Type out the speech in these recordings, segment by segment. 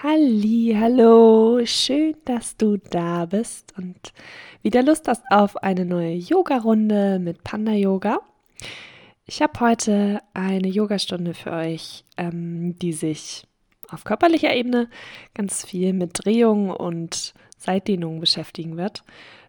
Hallo, schön, dass du da bist und wieder Lust hast auf eine neue Yoga-Runde mit Panda Yoga. Ich habe heute eine Yogastunde für euch, die sich auf körperlicher Ebene ganz viel mit Drehung und Seitdehnung beschäftigen wird.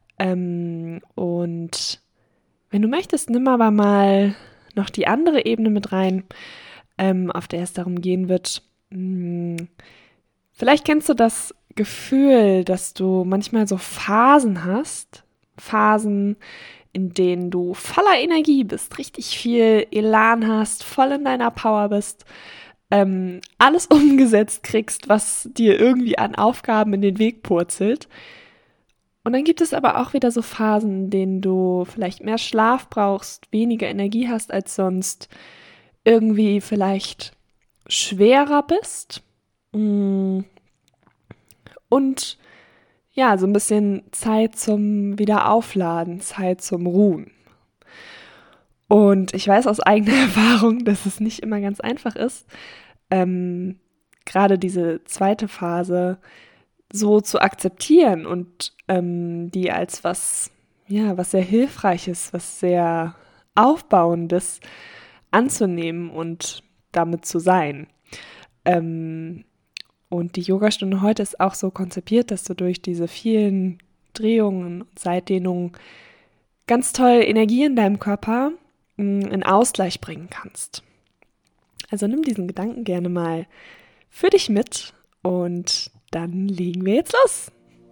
Und wenn du möchtest, nimm aber mal noch die andere Ebene mit rein, auf der es darum gehen wird. Vielleicht kennst du das Gefühl, dass du manchmal so Phasen hast. Phasen, in denen du voller Energie bist, richtig viel Elan hast, voll in deiner Power bist, alles umgesetzt kriegst, was dir irgendwie an Aufgaben in den Weg purzelt. Und dann gibt es aber auch wieder so Phasen, in denen du vielleicht mehr Schlaf brauchst, weniger Energie hast als sonst, irgendwie vielleicht schwerer bist. Und ja, so ein bisschen Zeit zum Wiederaufladen, Zeit zum Ruhen. Und ich weiß aus eigener Erfahrung, dass es nicht immer ganz einfach ist, gerade diese zweite Phase so zu akzeptieren und die als was sehr Hilfreiches, was sehr Aufbauendes anzunehmen und damit zu sein. Und die Yogastunde heute ist auch so konzipiert, dass du durch diese vielen Drehungen und Seitdehnungen ganz toll Energie in deinem Körper in Ausgleich bringen kannst. Also nimm diesen Gedanken gerne mal für dich mit und dann legen wir jetzt los.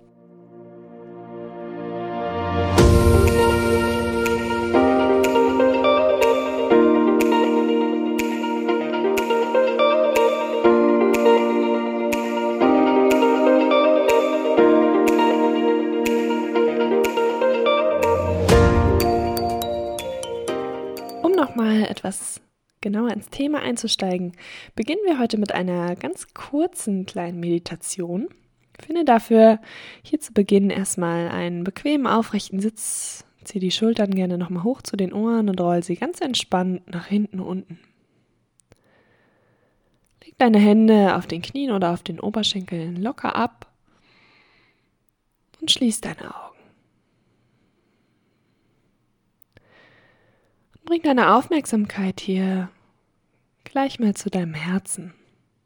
Um nochmal etwas genauer ins Thema einzusteigen, beginnen wir heute mit einer ganz kurzen kleinen Meditation. Finde dafür hier zu Beginn erstmal einen bequemen, aufrechten Sitz. Zieh die Schultern gerne nochmal hoch zu den Ohren und roll sie ganz entspannt nach hinten unten. Leg deine Hände auf den Knien oder auf den Oberschenkeln locker ab und schließ deine Augen. Bring deine Aufmerksamkeit hier gleich mal zu deinem Herzen.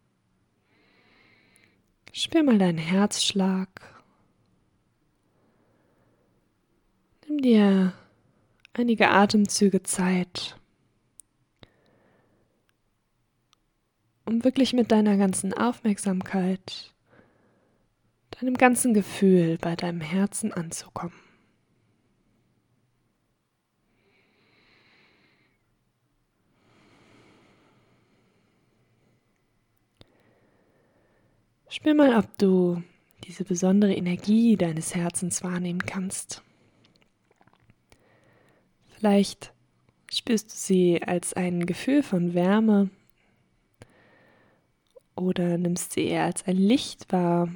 Spür mal deinen Herzschlag. Nimm dir einige Atemzüge Zeit, um wirklich mit deiner ganzen Aufmerksamkeit, deinem ganzen Gefühl bei deinem Herzen anzukommen. Spür mal, ob du diese besondere Energie deines Herzens wahrnehmen kannst. Vielleicht spürst du sie als ein Gefühl von Wärme oder nimmst sie eher als ein Licht wahr.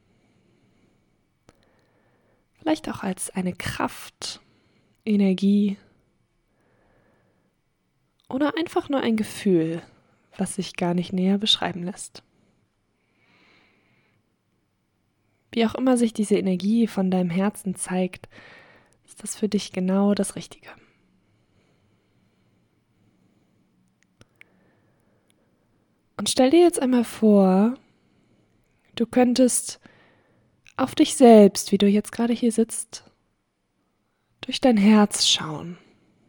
Vielleicht auch als eine Kraft, Energie oder einfach nur ein Gefühl, was sich gar nicht näher beschreiben lässt. Wie auch immer sich diese Energie von deinem Herzen zeigt, ist das für dich genau das Richtige. Und stell dir jetzt einmal vor, du könntest auf dich selbst, wie du jetzt gerade hier sitzt, durch dein Herz schauen.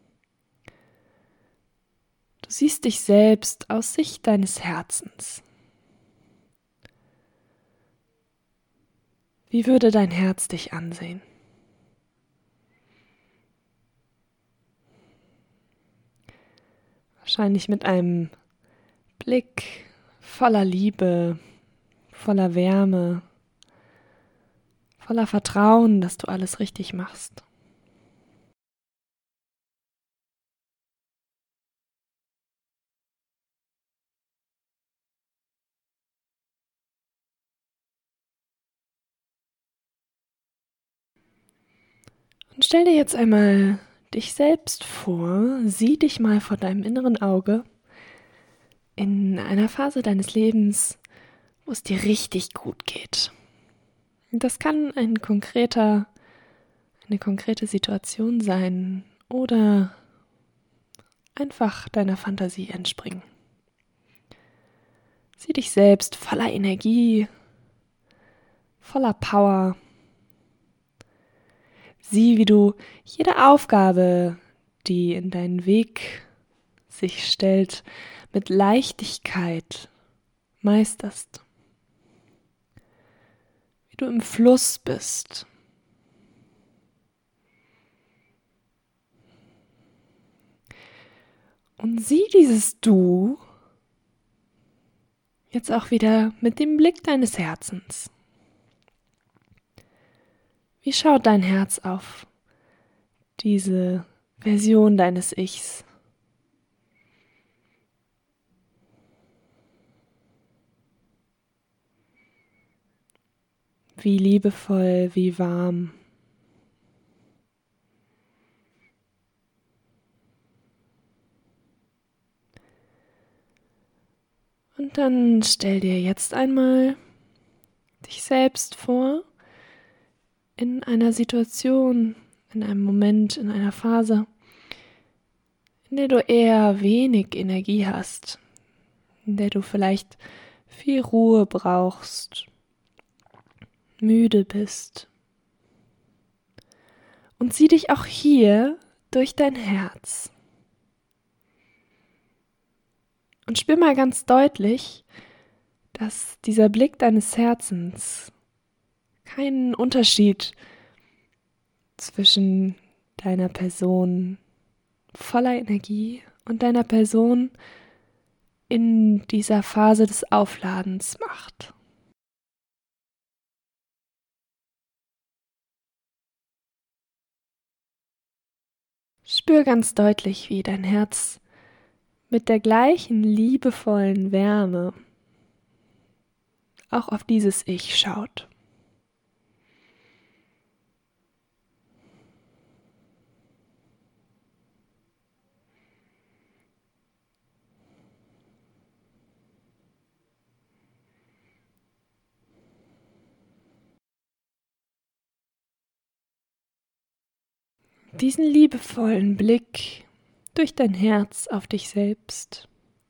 Du siehst dich selbst aus Sicht deines Herzens. Wie würde dein Herz dich ansehen? Wahrscheinlich mit einem Blick voller Liebe, voller Wärme, voller Vertrauen, dass du alles richtig machst. Und stell dir jetzt einmal dich selbst vor, sieh dich mal vor deinem inneren Auge in einer Phase deines Lebens, wo es dir richtig gut geht. Und das kann eine konkrete Situation sein oder einfach deiner Fantasie entspringen. Sieh dich selbst voller Energie, voller Power. Sieh, wie du jede Aufgabe, die in deinen Weg sich stellt, mit Leichtigkeit meisterst. Wie du im Fluss bist. Und sieh dieses Du jetzt auch wieder mit dem Blick deines Herzens. Wie schaut dein Herz auf diese Version deines Ichs? Wie liebevoll, wie warm. Und dann stell dir jetzt einmal dich selbst vor, in einer Situation, in einem Moment, in einer Phase, in der du eher wenig Energie hast, in der du vielleicht viel Ruhe brauchst, müde bist. Und sieh dich auch hier durch dein Herz. Und spür mal ganz deutlich, dass dieser Blick deines Herzens keinen Unterschied zwischen deiner Person voller Energie und deiner Person in dieser Phase des Aufladens macht. Spür ganz deutlich, wie dein Herz mit der gleichen liebevollen Wärme auch auf dieses Ich schaut. Diesen liebevollen Blick durch dein Herz auf dich selbst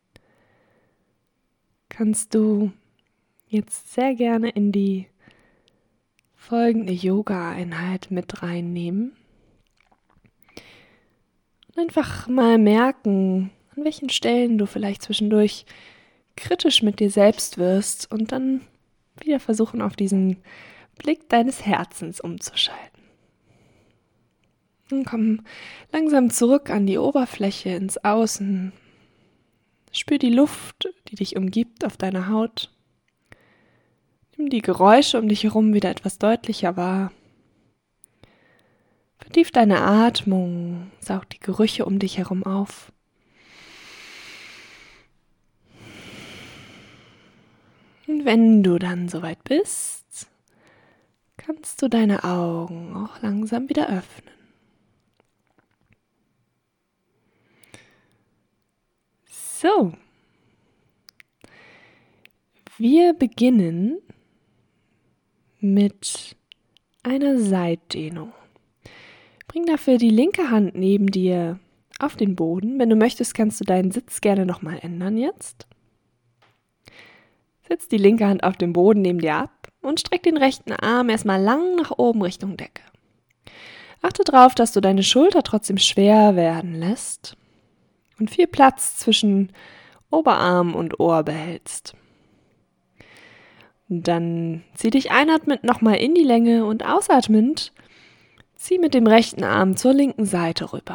kannst du jetzt sehr gerne in die folgende Yoga-Einheit mit reinnehmen. Und einfach mal merken, an welchen Stellen du vielleicht zwischendurch kritisch mit dir selbst wirst und dann wieder versuchen, auf diesen Blick deines Herzens umzuschalten. Und komm langsam zurück an die Oberfläche, ins Außen. Spür die Luft, die dich umgibt, auf deiner Haut. Nimm die Geräusche um dich herum wieder etwas deutlicher wahr. Vertief deine Atmung, saug die Gerüche um dich herum auf. Und wenn du dann soweit bist, kannst du deine Augen auch langsam wieder öffnen. So, wir beginnen mit einer Seitdehnung. Bring dafür die linke Hand neben dir auf den Boden. Wenn du möchtest, kannst du deinen Sitz gerne nochmal ändern jetzt. Setz die linke Hand auf den Boden neben dir ab und streck den rechten Arm erstmal lang nach oben Richtung Decke. Achte darauf, dass du deine Schulter trotzdem schwer werden lässt und viel Platz zwischen Oberarm und Ohr behältst. Dann zieh dich einatmend nochmal in die Länge und ausatmend zieh mit dem rechten Arm zur linken Seite rüber.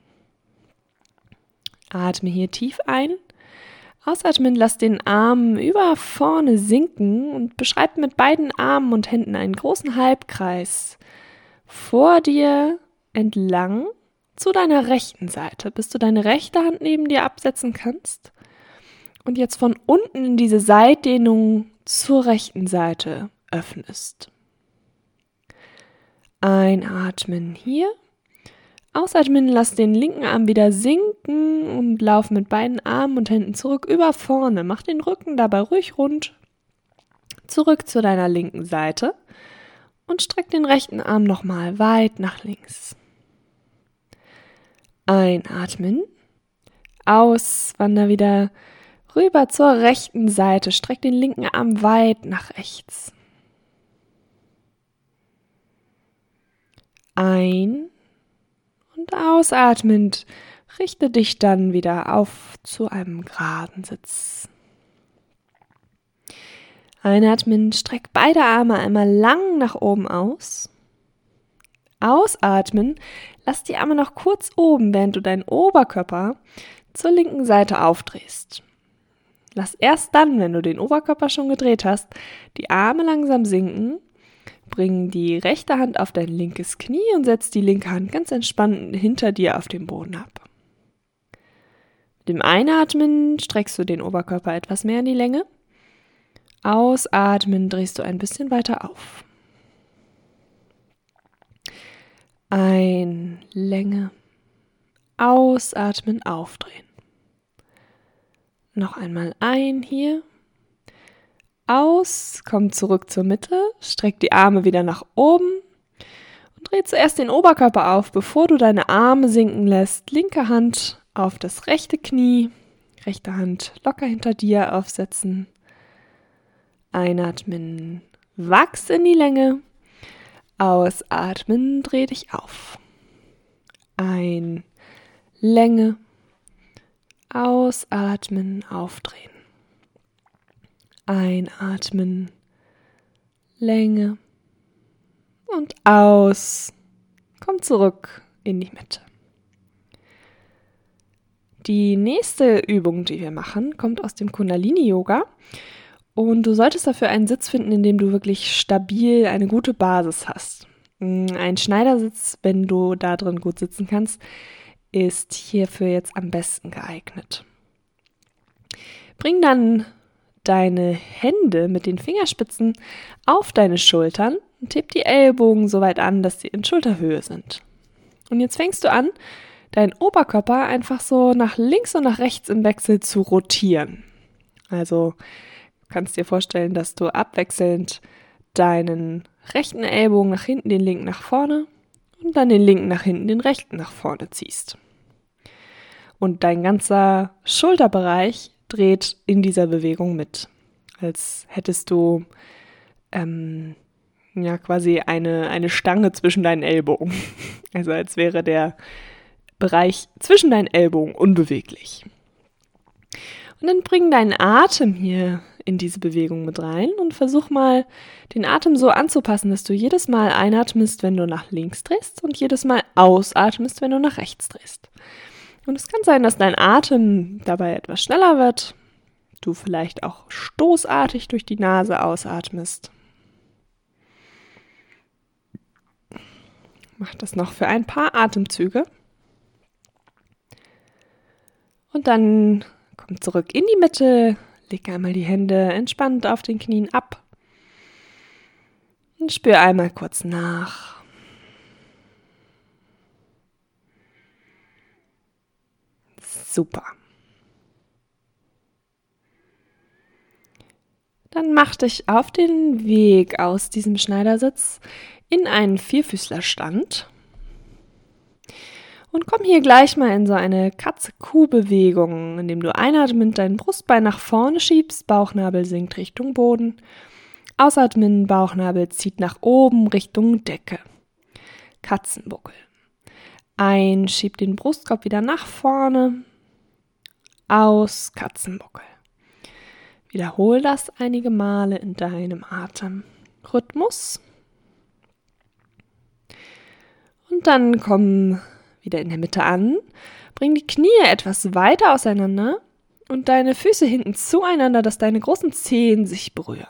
Atme hier tief ein. Ausatmen, lass den Arm über vorne sinken und beschreib mit beiden Armen und Händen einen großen Halbkreis vor dir entlang zu deiner rechten Seite, bis du deine rechte Hand neben dir absetzen kannst und jetzt von unten in diese Seitdehnung zur rechten Seite öffnest. Einatmen hier. Ausatmen, lass den linken Arm wieder sinken und lauf mit beiden Armen und Händen zurück über vorne. Mach den Rücken dabei ruhig rund. zurück zu deiner linken Seite und streck den rechten Arm nochmal weit nach links. Einatmen, aus, wander wieder rüber zur rechten Seite, streck den linken Arm weit nach rechts. Ein- und ausatmend richte dich dann wieder auf zu einem geraden Sitz. Einatmen, streck beide Arme einmal lang nach oben aus. Ausatmen, lass die Arme noch kurz oben, während du deinen Oberkörper zur linken Seite aufdrehst. Lass erst dann, wenn du den Oberkörper schon gedreht hast, die Arme langsam sinken. Bring die rechte Hand auf dein linkes Knie und setz die linke Hand ganz entspannt hinter dir auf den Boden ab. Mit dem Einatmen streckst du den Oberkörper etwas mehr in die Länge. Ausatmen drehst du ein bisschen weiter auf. Länge. Ausatmen, aufdrehen. Noch einmal ein hier. Aus, komm zurück zur Mitte, streck die Arme wieder nach oben und dreh zuerst den Oberkörper auf, bevor du deine Arme sinken lässt. Linke Hand auf das rechte Knie, rechte Hand locker hinter dir aufsetzen. Einatmen, wachs in die Länge. Ausatmen, dreh dich auf. Länge. Ausatmen, aufdrehen. Einatmen, Länge und aus. Komm zurück in die Mitte. Die nächste Übung, die wir machen, kommt aus dem Kundalini-Yoga. Und du solltest dafür einen Sitz finden, in dem du wirklich stabil eine gute Basis hast. Ein Schneidersitz, wenn du da drin gut sitzen kannst, ist hierfür jetzt am besten geeignet. Bring dann deine Hände mit den Fingerspitzen auf deine Schultern und heb die Ellbogen so weit an, dass sie in Schulterhöhe sind. Und jetzt fängst du an, deinen Oberkörper einfach so nach links und nach rechts im Wechsel zu rotieren. Also du kannst dir vorstellen, dass du abwechselnd deinen rechten Ellbogen nach hinten, den linken nach vorne und dann den linken nach hinten, den rechten nach vorne ziehst. Und dein ganzer Schulterbereich dreht in dieser Bewegung mit, als hättest du quasi eine Stange zwischen deinen Ellbogen. Also als wäre der Bereich zwischen deinen Ellbogen unbeweglich. Und dann bring deinen Atem hier in diese Bewegung mit rein und versuch mal, den Atem so anzupassen, dass du jedes Mal einatmest, wenn du nach links drehst und jedes Mal ausatmest, wenn du nach rechts drehst. Und es kann sein, dass dein Atem dabei etwas schneller wird, du vielleicht auch stoßartig durch die Nase ausatmest. Mach das noch für ein paar Atemzüge. Und dann komm zurück in die Mitte, leg einmal die Hände entspannt auf den Knien ab und spür einmal kurz nach. Super. Dann mach dich auf den Weg aus diesem Schneidersitz in einen Vierfüßlerstand und komm hier gleich mal in so eine Katze-Kuh-Bewegung, indem du einatmend dein Brustbein nach vorne schiebst, Bauchnabel sinkt Richtung Boden, ausatmen, Bauchnabel zieht nach oben Richtung Decke. Katzenbuckel. Ein, schieb den Brustkorb wieder nach vorne, aus, Katzenbuckel. Wiederhol das einige Male in deinem Atemrhythmus. Und dann komm wieder in der Mitte an, bring die Knie etwas weiter auseinander und deine Füße hinten zueinander, dass deine großen Zehen sich berühren.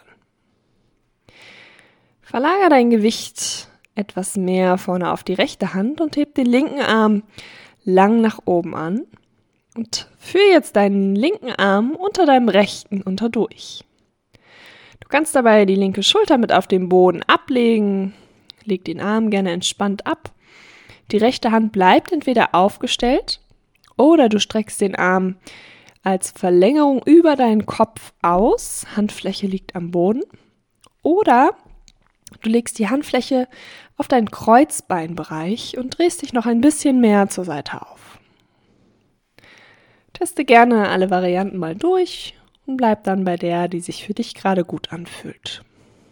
Verlagere dein Gewicht etwas mehr vorne auf die rechte Hand und heb den linken Arm lang nach oben an und führe jetzt deinen linken Arm unter deinem rechten unterdurch. Du kannst dabei die linke Schulter mit auf den Boden ablegen, leg den Arm gerne entspannt ab. Die rechte Hand bleibt entweder aufgestellt oder du streckst den Arm als Verlängerung über deinen Kopf aus, Handfläche liegt am Boden Oder du legst die Handfläche auf deinen Kreuzbeinbereich und drehst dich noch ein bisschen mehr zur Seite auf. Teste gerne alle Varianten mal durch und bleib dann bei der, die sich für dich gerade gut anfühlt.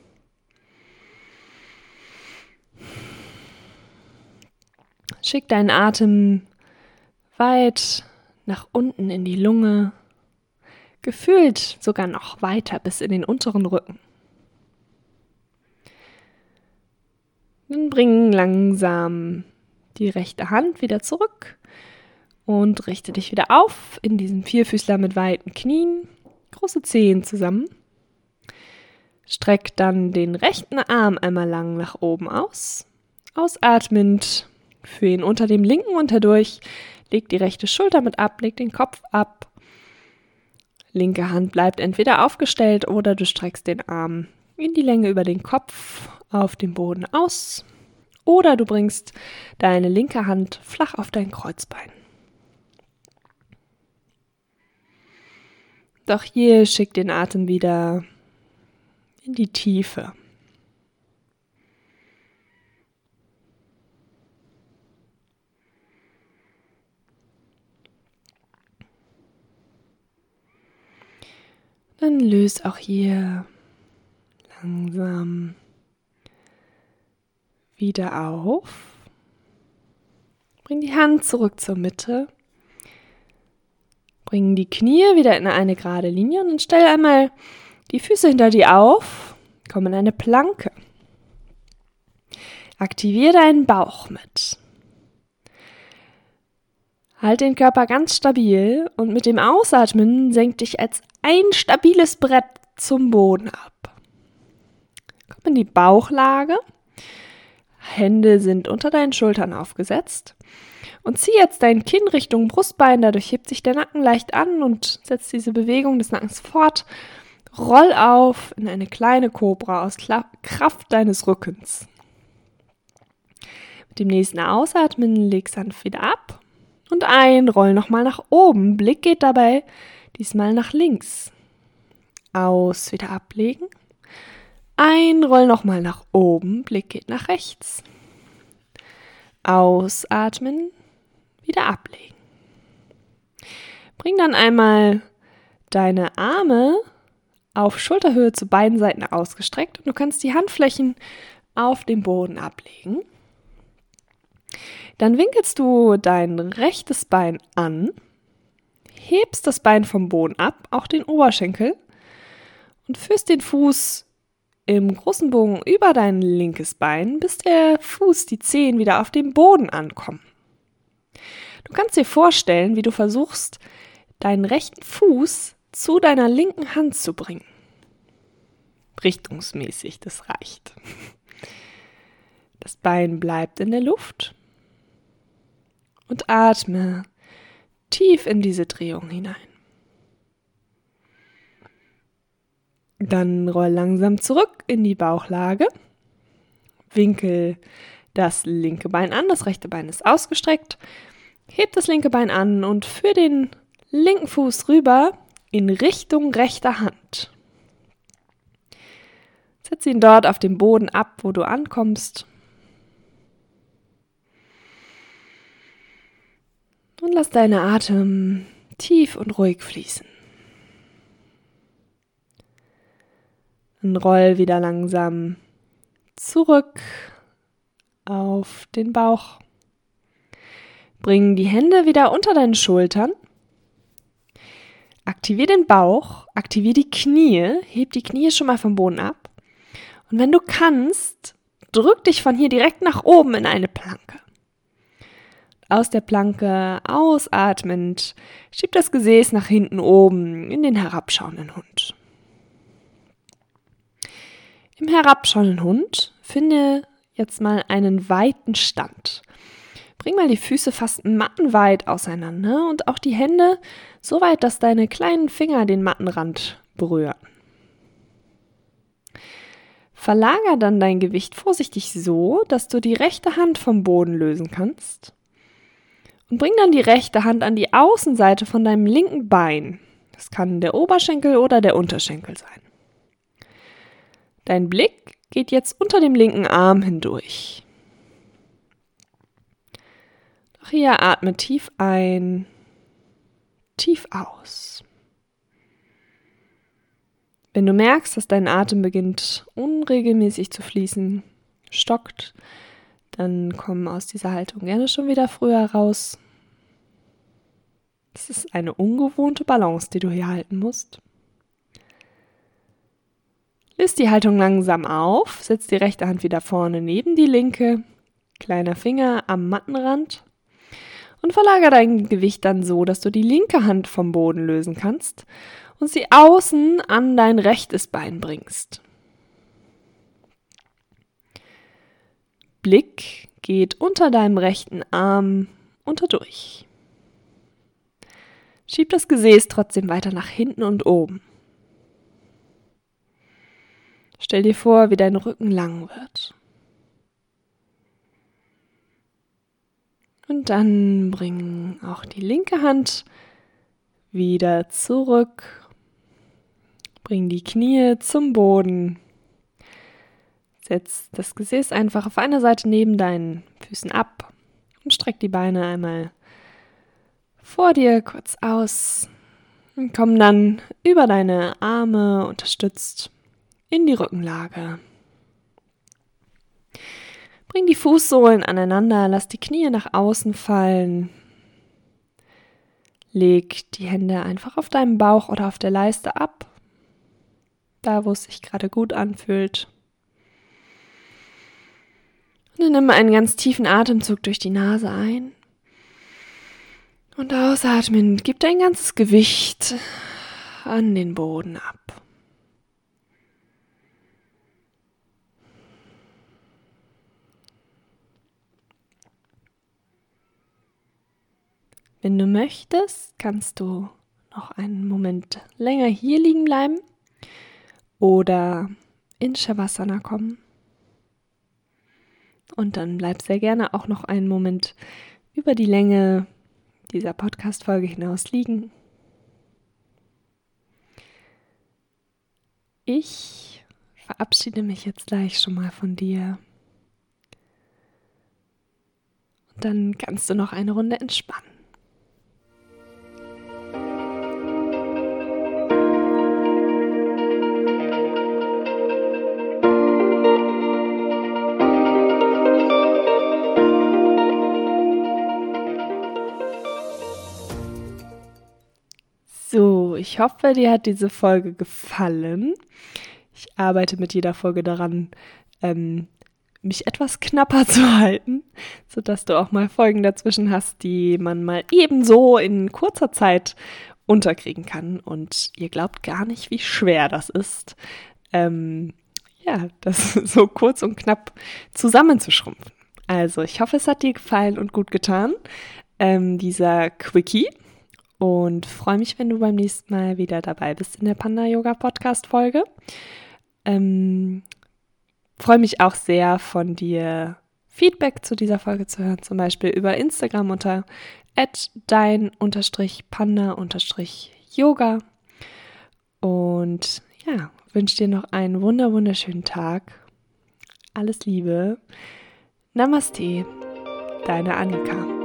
Schick deinen Atem weit nach unten in die Lunge, gefühlt sogar noch weiter bis in den unteren Rücken. Dann bring langsam die rechte Hand wieder zurück und richte dich wieder auf in diesem Vierfüßler mit weiten Knien, große Zehen zusammen. Streck dann den rechten Arm einmal lang nach oben aus. Ausatmend, führ ihn unter dem linken unter durch, leg die rechte Schulter mit ab, leg den Kopf ab. Linke Hand bleibt entweder aufgestellt oder du streckst den Arm in die Länge über den Kopf auf dem Boden aus. Oder du bringst deine linke Hand flach auf dein Kreuzbein. Doch hier schick den Atem wieder in die Tiefe. Dann löst auch hier langsam wieder auf. Bring die Hand zurück zur Mitte. Bring die Knie wieder in eine gerade Linie und dann stell einmal die Füße hinter dir auf. Komm in eine Planke. Aktiviere deinen Bauch mit. Halt den Körper ganz stabil und mit dem Ausatmen senk dich als ein stabiles Brett zum Boden ab. Komm in die Bauchlage. Hände sind unter deinen Schultern aufgesetzt. Und zieh jetzt dein Kinn Richtung Brustbein. Dadurch hebt sich der Nacken leicht an und setzt diese Bewegung des Nackens fort. Roll auf in eine kleine Kobra aus Kraft deines Rückens. Mit dem nächsten Ausatmen leg sanft wieder ab. Und ein, roll nochmal nach oben. Blick geht dabei diesmal nach links. Aus, wieder ablegen. Ein, roll nochmal nach oben. Blick geht nach rechts. Ausatmen, wieder ablegen. Bring dann einmal deine Arme auf Schulterhöhe zu beiden Seiten ausgestreckt und du kannst die Handflächen auf dem Boden ablegen. Dann winkelst du dein rechtes Bein an, hebst das Bein vom Boden ab, auch den Oberschenkel, und führst den Fuß im großen Bogen über dein linkes Bein, bis der Fuß, die Zehen wieder auf dem Boden ankommen. Du kannst dir vorstellen, wie du versuchst, deinen rechten Fuß zu deiner linken Hand zu bringen. Richtungsmäßig, das reicht. Das Bein bleibt in der Luft. Und atme tief in diese Drehung hinein. Dann roll langsam zurück in die Bauchlage. Winkel das linke Bein an, das rechte Bein ist ausgestreckt. Heb das linke Bein an und führ den linken Fuß rüber in Richtung rechter Hand. Setz ihn dort auf dem Boden ab, wo du ankommst. Und lass deinen Atem tief und ruhig fließen. Dann roll wieder langsam zurück auf den Bauch. Bring die Hände wieder unter deinen Schultern. Aktivier den Bauch, aktivier die Knie, heb die Knie schon mal vom Boden ab. Und wenn du kannst, drück dich von hier direkt nach oben in eine Planke. Aus der Planke ausatmend, schieb das Gesäß nach hinten oben in den herabschauenden Hund. Im herabschauenden Hund finde jetzt mal einen weiten Stand. Bring mal die Füße fast mattenweit auseinander und auch die Hände so weit, dass deine kleinen Finger den Mattenrand berühren. Verlager dann dein Gewicht vorsichtig so, dass du die rechte Hand vom Boden lösen kannst. Und bring dann die rechte Hand an die Außenseite von deinem linken Bein. Das kann der Oberschenkel oder der Unterschenkel sein. Dein Blick geht jetzt unter dem linken Arm hindurch. Doch hier atme tief ein, tief aus. Wenn du merkst, dass dein Atem beginnt unregelmäßig zu fließen, stockt, dann komm aus dieser Haltung gerne schon wieder früher raus. Es ist eine ungewohnte Balance, die du hier halten musst. Löst die Haltung langsam auf, setz die rechte Hand wieder vorne neben die linke, kleiner Finger am Mattenrand und verlagere dein Gewicht dann so, dass du die linke Hand vom Boden lösen kannst und sie außen an dein rechtes Bein bringst. Blick geht unter deinem rechten Arm unter durch. Schieb das Gesäß trotzdem weiter nach hinten und oben. Stell dir vor, wie dein Rücken lang wird. Und dann bring auch die linke Hand wieder zurück. Bring die Knie zum Boden. Setz das Gesäß einfach auf einer Seite neben deinen Füßen ab und streck die Beine einmal vor dir kurz aus und komm dann über deine Arme unterstützt in die Rückenlage. Bring die Fußsohlen aneinander, lass die Knie nach außen fallen. Leg die Hände einfach auf deinem Bauch oder auf der Leiste ab, da wo es sich gerade gut anfühlt. Und dann nimm einen ganz tiefen Atemzug durch die Nase ein und ausatmen. Gib dein ganzes Gewicht an den Boden ab. Wenn du möchtest, kannst du noch einen Moment länger hier liegen bleiben oder in Shavasana kommen. Und dann bleib sehr gerne auch noch einen Moment über die Länge dieser Podcast-Folge hinaus liegen. Ich verabschiede mich jetzt gleich schon mal von dir. Und dann kannst du noch eine Runde entspannen. So, ich hoffe, dir hat diese Folge gefallen. Ich arbeite mit jeder Folge daran, mich etwas knapper zu halten, sodass du auch mal Folgen dazwischen hast, die man mal ebenso in kurzer Zeit unterkriegen kann. Und ihr glaubt gar nicht, wie schwer das ist, das so kurz und knapp zusammenzuschrumpfen. Also, ich hoffe, es hat dir gefallen und gut getan, dieser Quickie. Und freue mich, wenn du beim nächsten Mal wieder dabei bist in der Panda-Yoga-Podcast-Folge. Freue mich auch sehr, von dir Feedback zu dieser Folge zu hören, zum Beispiel über Instagram unter @dein_panda_yoga. Und ja, wünsche dir noch einen wunderschönen Tag. Alles Liebe. Namaste, deine Annika.